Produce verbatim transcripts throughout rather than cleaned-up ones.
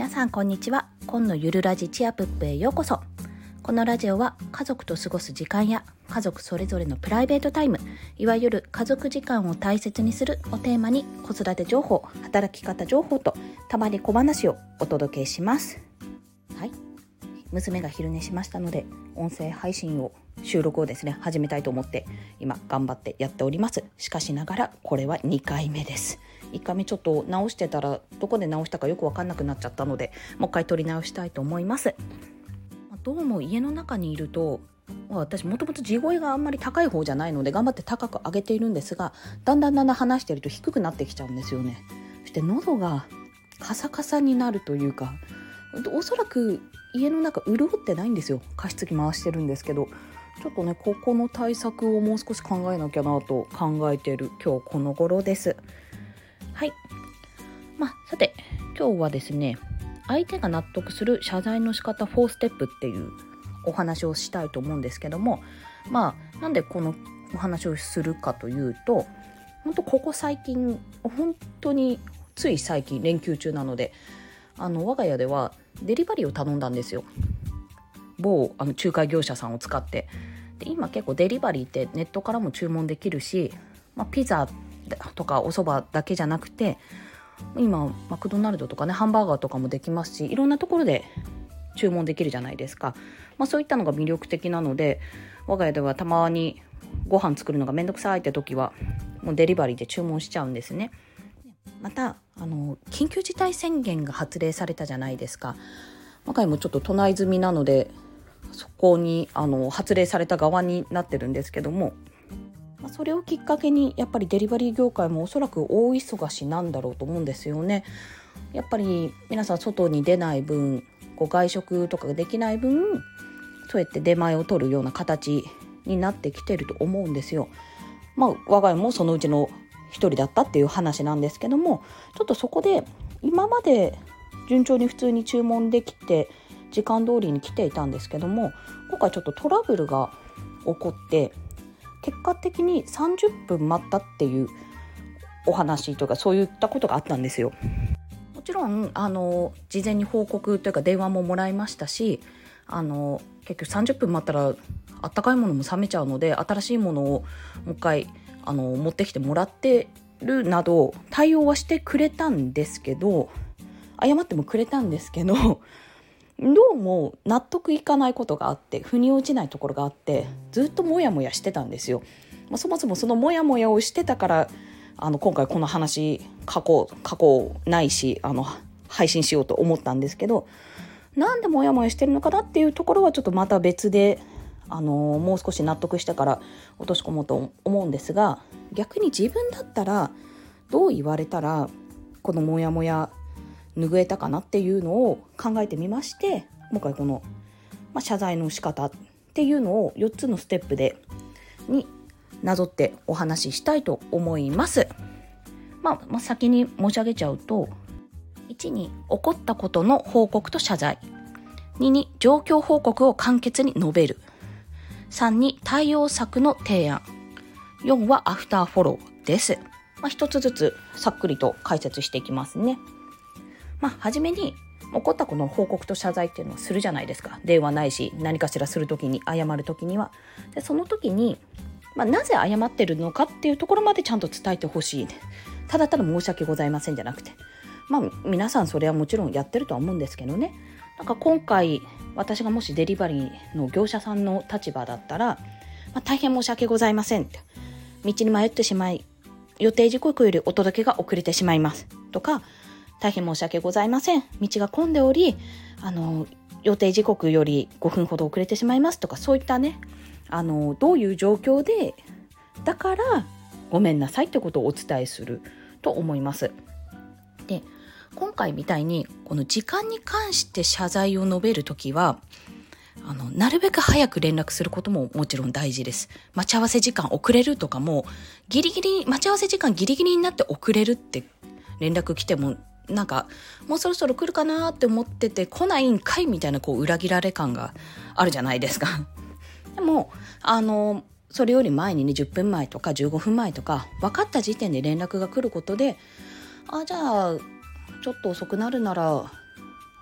さんこんにちは。今のゆるラジチアプップへようこそ。このラジオは家族と過ごす時間や家族それぞれのプライベートタイム、いわゆる家族時間を大切にするをテーマに、子育て情報、働き方情報とたまに小話をお届けします。はい、娘が昼寝しましたので、音声配信を収録をですね始めたいと思って今頑張ってやっております。しかしながらこれはにかいめです。いっかいめちょっと直してたらどこで直したかよく分かんなくなっちゃったので、もう一回撮り直したいと思います。どうも家の中にいると、私もともと地声があんまり高い方じゃないので頑張って高く上げているんですが、だんだんだんだん話していると低くなってきちゃうんですよね。そして喉がカサカサになるというか、おそらく家の中潤ってないんですよ。加湿器回してるんですけど、ちょっとねここの対策をもう少し考えなきゃなと考えている今日この頃です。はい、まあ、さて今日はですね、相手が納得する謝罪の仕方フォーステップっていうお話をしたいと思うんですけども、まあなんでこのお話をするかというと、本当ここ最近本当につい最近連休中なので、あの我が家ではデリバリーを頼んだんですよ。某あの仲介業者さんを使って。で今結構デリバリーってネットからも注文できるし、まあ、ピザとかお蕎麦だけじゃなくて、今マクドナルドとかねハンバーガーとかもできますし、いろんなところで注文できるじゃないですか。まあ、そういったのが魅力的なので、我が家ではたまにご飯作るのがめんどくさいって時はもうデリバリーで注文しちゃうんですね。またあの緊急事態宣言が発令されたじゃないですか。我が家もちょっと都内済みなので、そこにあの発令された側になってるんですけども、まあ、それをきっかけにやっぱりデリバリー業界もおそらく大忙しなんだろうと思うんですよね。やっぱり皆さん外に出ない分、こう外食とかができない分、そうやって出前を取るような形になってきてると思うんですよ。まあ我が家もそのうちの一人だったっていう話なんですけども、ちょっとそこで今まで順調に普通に注文できて時間通りに来ていたんですけども、今回ちょっとトラブルが起こって、結果的にさんじゅっぷん待ったっていうお話とか、そういったことがあったんですよ。もちろんあの事前に報告というか電話ももらいましたし、あの結局さんじゅっぷん待ったらあったかいものも冷めちゃうので、新しいものをもう一回あの持ってきてもらってるなど対応はしてくれたんですけど、謝ってもくれたんですけど、どうも納得いかないことがあって、腑に落ちないところがあって、ずっとモヤモヤしてたんですよ。まあ、そもそもそのモヤモヤをしてたから、あの今回この話書こう書こうないし、あの配信しようと思ったんですけど、なんでモヤモヤしてるのかなっていうところはちょっとまた別で、あのもう少し納得してから落とし込もうと思うんですが、逆に自分だったらどう言われたらこのモヤモヤ拭えたかなっていうのを考えてみまして、もう一回この、まあ、謝罪の仕方っていうのをよっつのステップでになぞってお話ししたいと思います。まあ、まあ、先に申し上げちゃうと、いちに起こったことの報告と謝罪、にに状況報告を簡潔に述べる、さんに対応策の提案、よんはアフターフォローです。まあ、一つずつさっくりと解説していきますね。まあ、初めに起こったこの報告と謝罪っていうのをするじゃないですか。電話ないし何かしらするときに、謝るときには。でその時に、まあ、なぜ謝ってるのかっていうところまでちゃんと伝えてほしい。ただただ申し訳ございませんじゃなくて、まあ皆さんそれはもちろんやってるとは思うんですけどね。なんか今回私がもしデリバリーの業者さんの立場だったら、まあ、大変申し訳ございませんって、道に迷ってしまい予定時刻よりお届けが遅れてしまいますとか、大変申し訳ございません、道が混んでおりあの予定時刻よりごふんほど遅れてしまいますとか、そういったね、あのどういう状況でだからごめんなさいってことをお伝えすると思います。で今回みたいにこの時間に関して謝罪を述べるときは、あのなるべく早く連絡することももちろん大事です。待ち合わせ時間遅れるとかも、ギリギリ待ち合わせ時間ギリギリになって遅れるって連絡来ても、なんかもうそろそろ来るかなって思ってて来ないんかいみたいな、こう裏切られ感があるじゃないですか。でもあのそれより前にね、じゅっぷんまえとかじゅうごふんまえとか分かった時点で連絡が来ることで、あじゃあちょっと遅くなるなら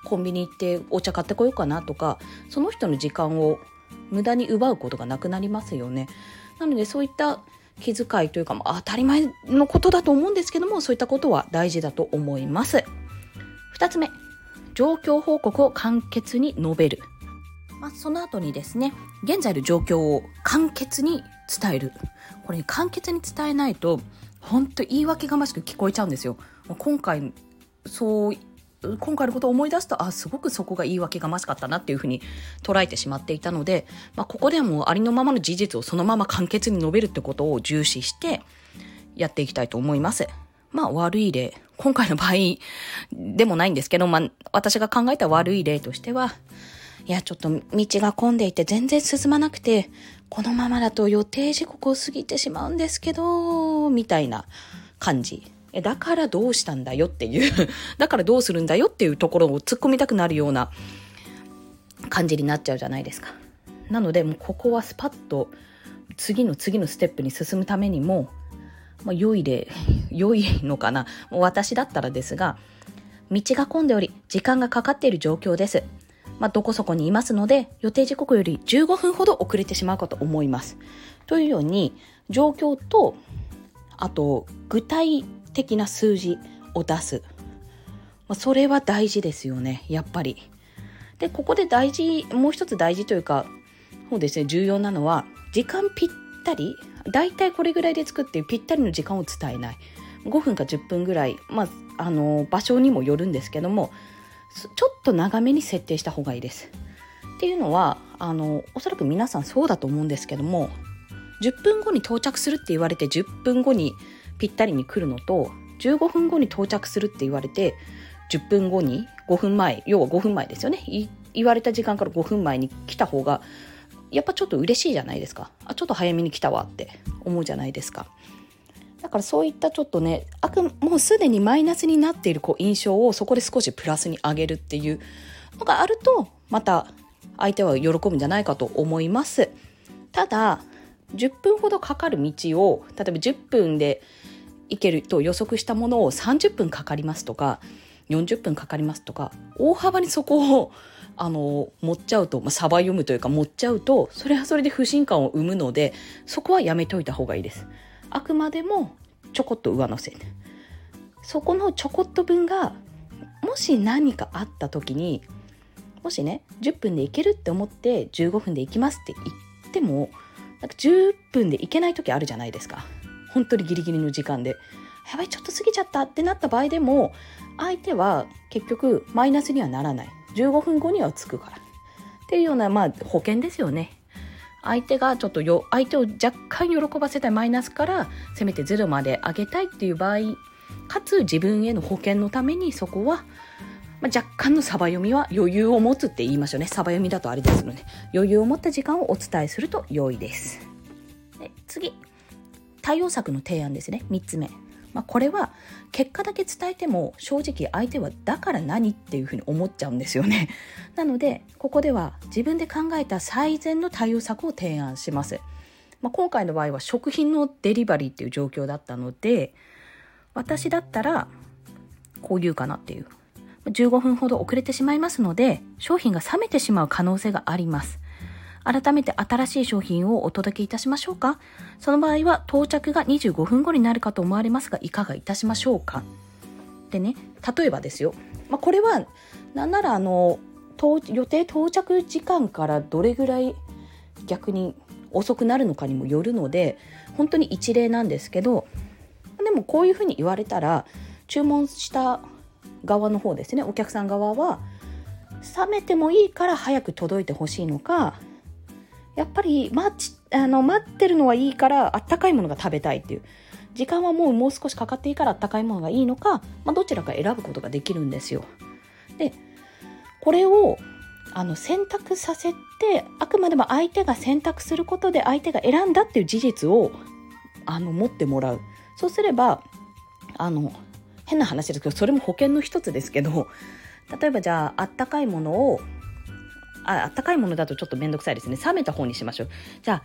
コンビニ行ってお茶買ってこようかなとか、その人の時間を無駄に奪うことがなくなりますよね。なのでそういった気遣いというか、まあ、当たり前のことだと思うんですけども、そういったことは大事だと思います。ふたつめ、状況報告を簡潔に述べる。まあ、その後にですね、現在の状況を簡潔に伝える。これ、簡潔に伝えないと本当言い訳がましく聞こえちゃうんですよ。今回そう今回のことを思い出すと、あ、すごくそこが言い訳がましかったなっていうふうに捉えてしまっていたので、まあ、ここではもうありのままの事実をそのまま簡潔に述べるってことを重視してやっていきたいと思います。まあ悪い例、今回の場合でもないんですけど、まあ私が考えた悪い例としては、いやちょっと道が混んでいて全然進まなくて、このままだと予定時刻を過ぎてしまうんですけど、みたいな感じ。だからどうしたんだよっていうだからどうするんだよっていうところを突っ込みたくなるような感じになっちゃうじゃないですか。なのでもうここはスパッと次の次のステップに進むためにも、まあ、良い例良いのかな、もう私だったらですが、道が混んでおり時間がかかっている状況です。まあ、どこそこにいますので予定時刻よりじゅうごふんほど遅れてしまうかと思いますというように、状況とあと具体的な数字を出す、まあ、それは大事ですよね、やっぱり。でここで大事、もう一つ大事というか、そうですね、重要なのは時間ぴったり、だいたいこれぐらいで作ってぴったりの時間を伝えない。ごふんかじゅっぷんぐらい、まあ、あの場所にもよるんですけども、ちょっと長めに設定した方がいいです。っていうのは、あのおそらく皆さんそうだと思うんですけども、じゅっぷんごに到着するって言われてじゅっぷんごにぴったりに来るのと、じゅうごふんごに到着するって言われてじゅっぷんごにごふんまえ、要はごふんまえですよね、い言われた時間からごふんまえに来た方がやっぱちょっと嬉しいじゃないですか。あ、ちょっと早めに来たわって思うじゃないですか。だからそういったちょっとね、あくもうすでにマイナスになっているこう印象をそこで少しプラスに上げるっていうのがあると、また相手は喜ぶんじゃないかと思います。ただじゅっぷんほどかかる道を例えばじゅっぷんで行けると予測したものをさんじゅっぷんかかりますとかよんじゅっぷんかかりますとか、大幅にそこをあの持っちゃうと、まあ、サバ読むというか持っちゃうと、それはそれで不信感を生むので、そこはやめといた方がいいです。あくまでもちょこっと上乗せ、そこのちょこっと分がもし何かあった時に、もしねじゅっぷんで行けるって思ってじゅうごふんで行きますって言っても、なんかじゅっぷんで行けない時あるじゃないですか。本当にギリギリの時間でやばいちょっと過ぎちゃったってなった場合でも、相手は結局マイナスにはならない、じゅうごふんごには着くからっていうような、まあ保険ですよね。相手がちょっとよ相手を若干喜ばせたいマイナスからせめてゼロまで上げたいっていう場合、かつ自分への保険のためにそこは、まあ、若干のサバ読みは余裕を持つって言いましょうね。サバ読みだとあれですので、余裕を持った時間をお伝えすると良いです。で次、対応策の提案ですね。みっつめ、まあ、これは結果だけ伝えても正直相手はだから何っていうふうに思っちゃうんですよね。なのでここでは自分で考えた最善の対応策を提案します。まあ、今回の場合は食品のデリバリーっていう状況だったので、私だったらこう言うかなっていう、じゅうごふんほど遅れてしまいますので商品が冷めてしまう可能性があります。改めて新しい商品をお届けいたしましょうか。その場合は到着がにじゅうごふんごになるかと思われますが、いかがいたしましょうか。でね、例えばですよ、まあ、これはなんならあの予定到着時間からどれぐらい逆に遅くなるのかにもよるので、本当に一例なんですけど、でもこういうふうに言われたら、注文した側の方ですね、お客さん側は冷めてもいいから早く届いてほしいのか、やっぱり待ちあの待ってるのはいいからあったかいものが食べたいっていう、時間はもうもう少しかかっていいからあったかいものがいいのか、まあ、どちらか選ぶことができるんですよ。でこれをあの選択させて、あくまでも相手が選択することで相手が選んだっていう事実をあの持ってもらう。そうすればあの変な話ですけど、それも保険の一つですけど、例えばじゃああったかいものをああったかいものだとちょっとめんどくさいですね。冷めた方にしましょう。じゃ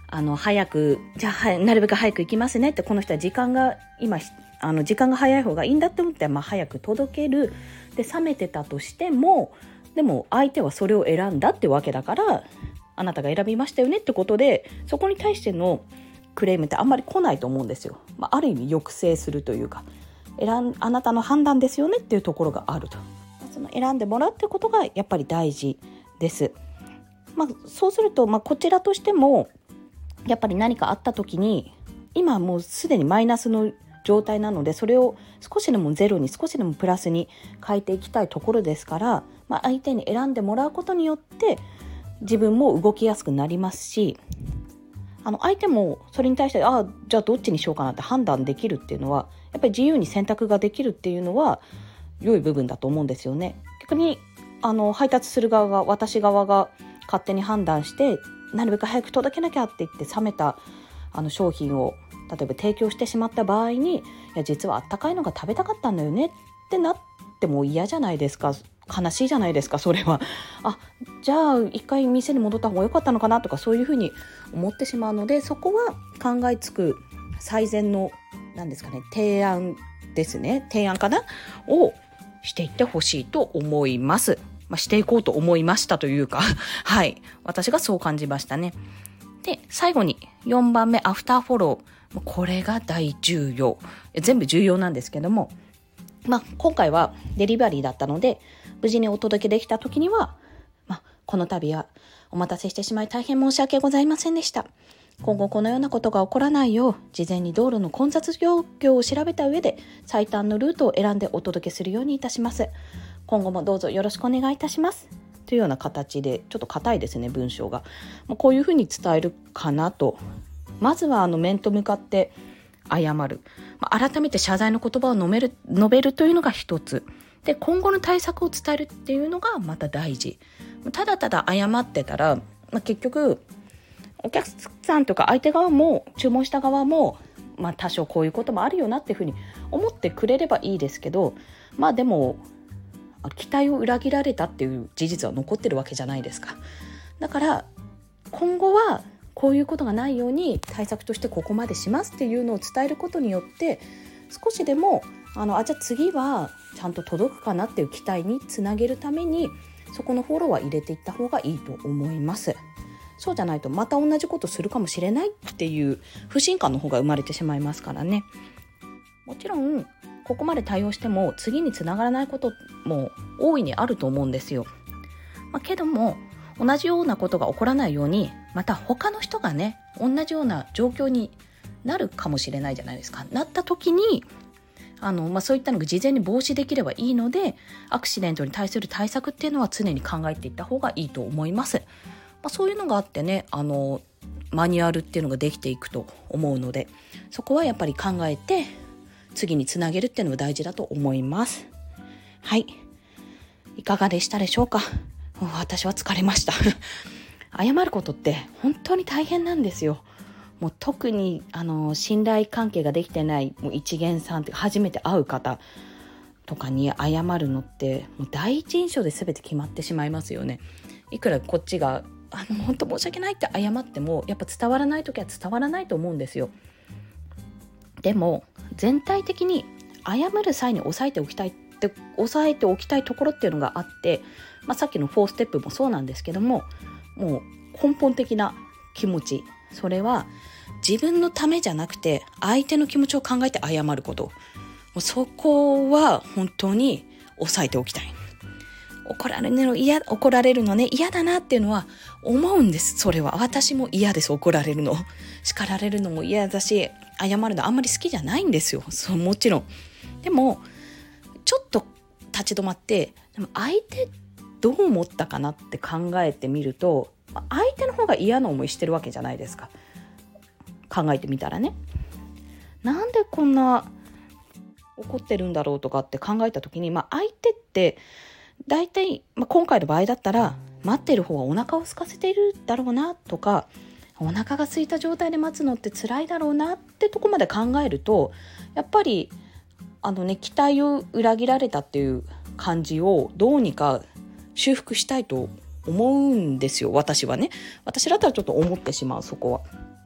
あの早くじゃあ、はい、なるべく早く行きますねって、この人は時間が今あの時間が早い方がいいんだって思って、まあ、早く届ける。で冷めてたとしても、でも相手はそれを選んだってわけだから、あなたが選びましたよねってことで、そこに対してのクレームってあんまり来ないと思うんですよ。まあ、ある意味抑制するというか、選んあなたの判断ですよねっていうところがあると。その選んでもらうってことがやっぱり大事です。まあ、そうすると、まあ、こちらとしてもやっぱり何かあった時に、今もうすでにマイナスの状態なので、それを少しでもゼロに少しでもプラスに変えていきたいところですから、まあ、相手に選んでもらうことによって自分も動きやすくなりますし、あの相手もそれに対して、ああじゃあどっちにしようかなって判断できるっていうのは、やっぱり自由に選択ができるっていうのは良い部分だと思うんですよね。逆にあの配達する側が、私側が勝手に判断して、なるべく早く届けなきゃって言って冷めたあの商品を例えば提供してしまった場合に、いや実はあったかいのが食べたかったんだよねってなっても嫌じゃないですか。悲しいじゃないですか、それは。あ、じゃあ一回店に戻った方が良かったのかなとか、そういうふうに思ってしまうので、そこは考えつく最善の何ですかね、提案ですね提案かなをしていってほしいと思います。まあ、していこうと思いましたというかはい、私がそう感じましたね。で、最後によんばんめ、アフターフォロー。これが大重要。全部重要なんですけども、まあ、今回はデリバリーだったので無事にお届けできた時には、まあ、この度はお待たせしてしまい大変申し訳ございませんでした。今後このようなことが起こらないよう、事前に道路の混雑状況を調べた上で最短のルートを選んでお届けするようにいたします。今後もどうぞよろしくお願いいたしますというような形で、ちょっと硬いですね文章が。こういうふうに伝えるかなと。まずはあの面と向かって謝る、改めて謝罪の言葉を述べる、述べるというのが一つで、今後の対策を伝えるっていうのがまた大事。ただただ謝ってたら、まあ、結局お客さんとか相手側も注文した側も、まあ、多少こういうこともあるよなっていうふうに思ってくれればいいですけど、まあでも期待を裏切られたっていう事実は残ってるわけじゃないですか。だから今後はこういうことがないように対策としてここまでしますっていうのを伝えることによって、少しでもあのあじゃあ次はちゃんと届くかなっていう期待につなげるために、そこのフォローは入れていった方がいいと思います。そうじゃないとまた同じことするかもしれないっていう不信感の方が生まれてしまいますからね。もちろんここまで対応しても次につながらないことも大いにあると思うんですよ。まあ、けども同じようなことが起こらないように、また他の人がね同じような状況になるかもしれないじゃないですか。なった時にあの、まあ、そういったのが事前に防止できればいいので、アクシデントに対する対策っていうのは常に考えていった方がいいと思います。まあ、そういうのがあってね、あのマニュアルっていうのができていくと思うので、そこはやっぱり考えて次につなげるっていうのが大事だと思います。はい、いかがでしたでしょうか。私は疲れました謝ることって本当に大変なんですよ。もう特にあの信頼関係ができてない、もう一元さんって初めて会う方とかに謝るのってもう第一印象で全て決まってしまいますよね。いくらこっちがあの本当申し訳ないって謝っても、やっぱ伝わらないときは伝わらないと思うんですよ。でも全体的に謝る際に抑えておきたいって抑えておきたいところっていうのがあって、まあ、さっきのフォーステップもそうなんですけども、もう根本的な気持ち、それは自分のためじゃなくて相手の気持ちを考えて謝ること、もうそこは本当に抑えておきたい。怒られるの嫌、怒られるのね嫌だなっていうのは思うんです。それは私も嫌です。怒られるの、叱られるのも嫌だし、謝るのあんまり好きじゃないんですよ。そうもちろん。でもちょっと立ち止まって、でも相手どう思ったかなって考えてみると、相手の方が嫌な思いしてるわけじゃないですか。考えてみたらね、なんでこんな怒ってるんだろうとかって考えた時に、まあ、相手って大体、まあ、今回の場合だったら待ってる方はお腹を空かせているだろうなとか、お腹が空いた状態で待つのって辛いだろうなってとこまで考えると、やっぱりあのね、期待を裏切られたっていう感じをどうにか修復したいと思うんですよ。私はね、私だったらちょっと思ってしまう、そこは。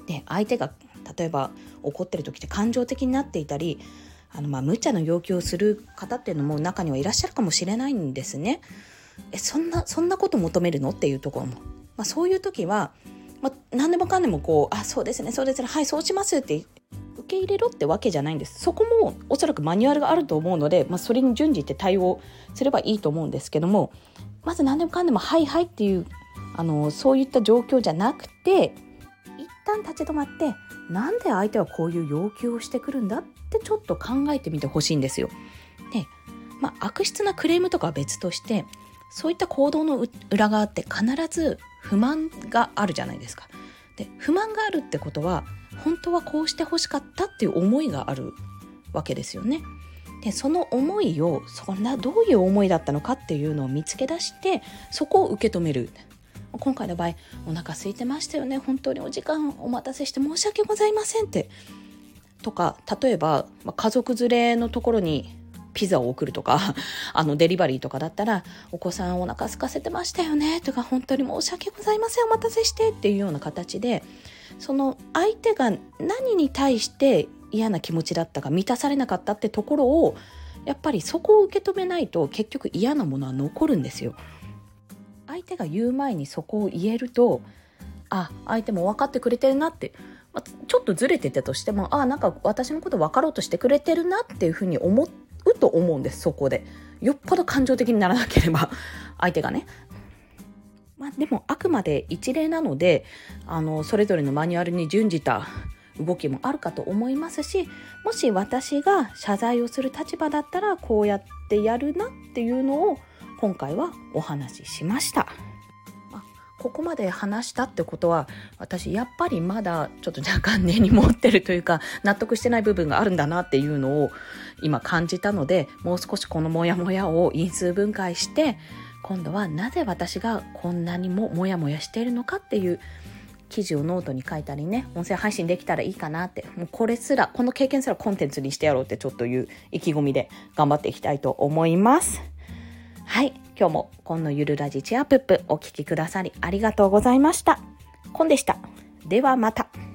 で相手が例えば怒ってる時って感情的になっていたり、あのまあ無茶な要求をする方っていうのも中にはいらっしゃるかもしれないんですね。えそんなそんなこと求めるのっていうところも、まあ、そういう時は、まあ、何でもかんでもこうあそうですねそうですねはいそうしますって受け入れろってわけじゃないんです。そこもおそらくマニュアルがあると思うので、まあ、それに準じて対応すればいいと思うんですけども、まず何でもかんでもはいはいっていうあのそういった状況じゃなくて、一旦立ち止まってなんで相手はこういう要求をしてくるんだってちょっと考えてみてほしいんですよ。で、まあ、悪質なクレームとかは別として、そういった行動の裏側って必ず不満があるじゃないですか。で、不満があるってことは本当はこうしてほしかったっていう思いがあるわけですよね。で、その思いをそんなどういう思いだったのかっていうのを見つけ出して、そこを受け止める。今回の場合、お腹空いてましたよね、本当にお時間お待たせして申し訳ございませんってとか、例えば家族連れのところにピザを送るとかあのデリバリーとかだったら、お子さんお腹空かせてましたよねとか、本当に申し訳ございませんお待たせしてっていうような形で、その相手が何に対して嫌な気持ちだったか、満たされなかったってところをやっぱりそこを受け止めないと、結局嫌なものは残るんですよ。相手が言う前にそこを言えると、あ、相手も分かってくれてるなって、まあ、ちょっとずれてたとしても、あ、なんか私のこと分かろうとしてくれてるなっていうふうに思うと思うんです。そこでよっぽど感情的にならなければ相手がね、まあ、でもあくまで一例なので、あのそれぞれのマニュアルに準じた動きもあるかと思いますし、もし私が謝罪をする立場だったらこうやってやるなっていうのを今回はお話ししました。まあ、ここまで話したってことは、私やっぱりまだちょっと若干根に持ってるというか、納得してない部分があるんだなっていうのを今感じたので、もう少しこのモヤモヤを因数分解して、今度はなぜ私がこんなにもモヤモヤしているのかっていう記事をノートに書いたりね、音声配信できたらいいかなって、もうこれすらこの経験すらコンテンツにしてやろうってちょっという意気込みで頑張っていきたいと思います。はい、今日もコンのゆるラジチアプップお聞きくださりありがとうございました。コンでした。ではまた。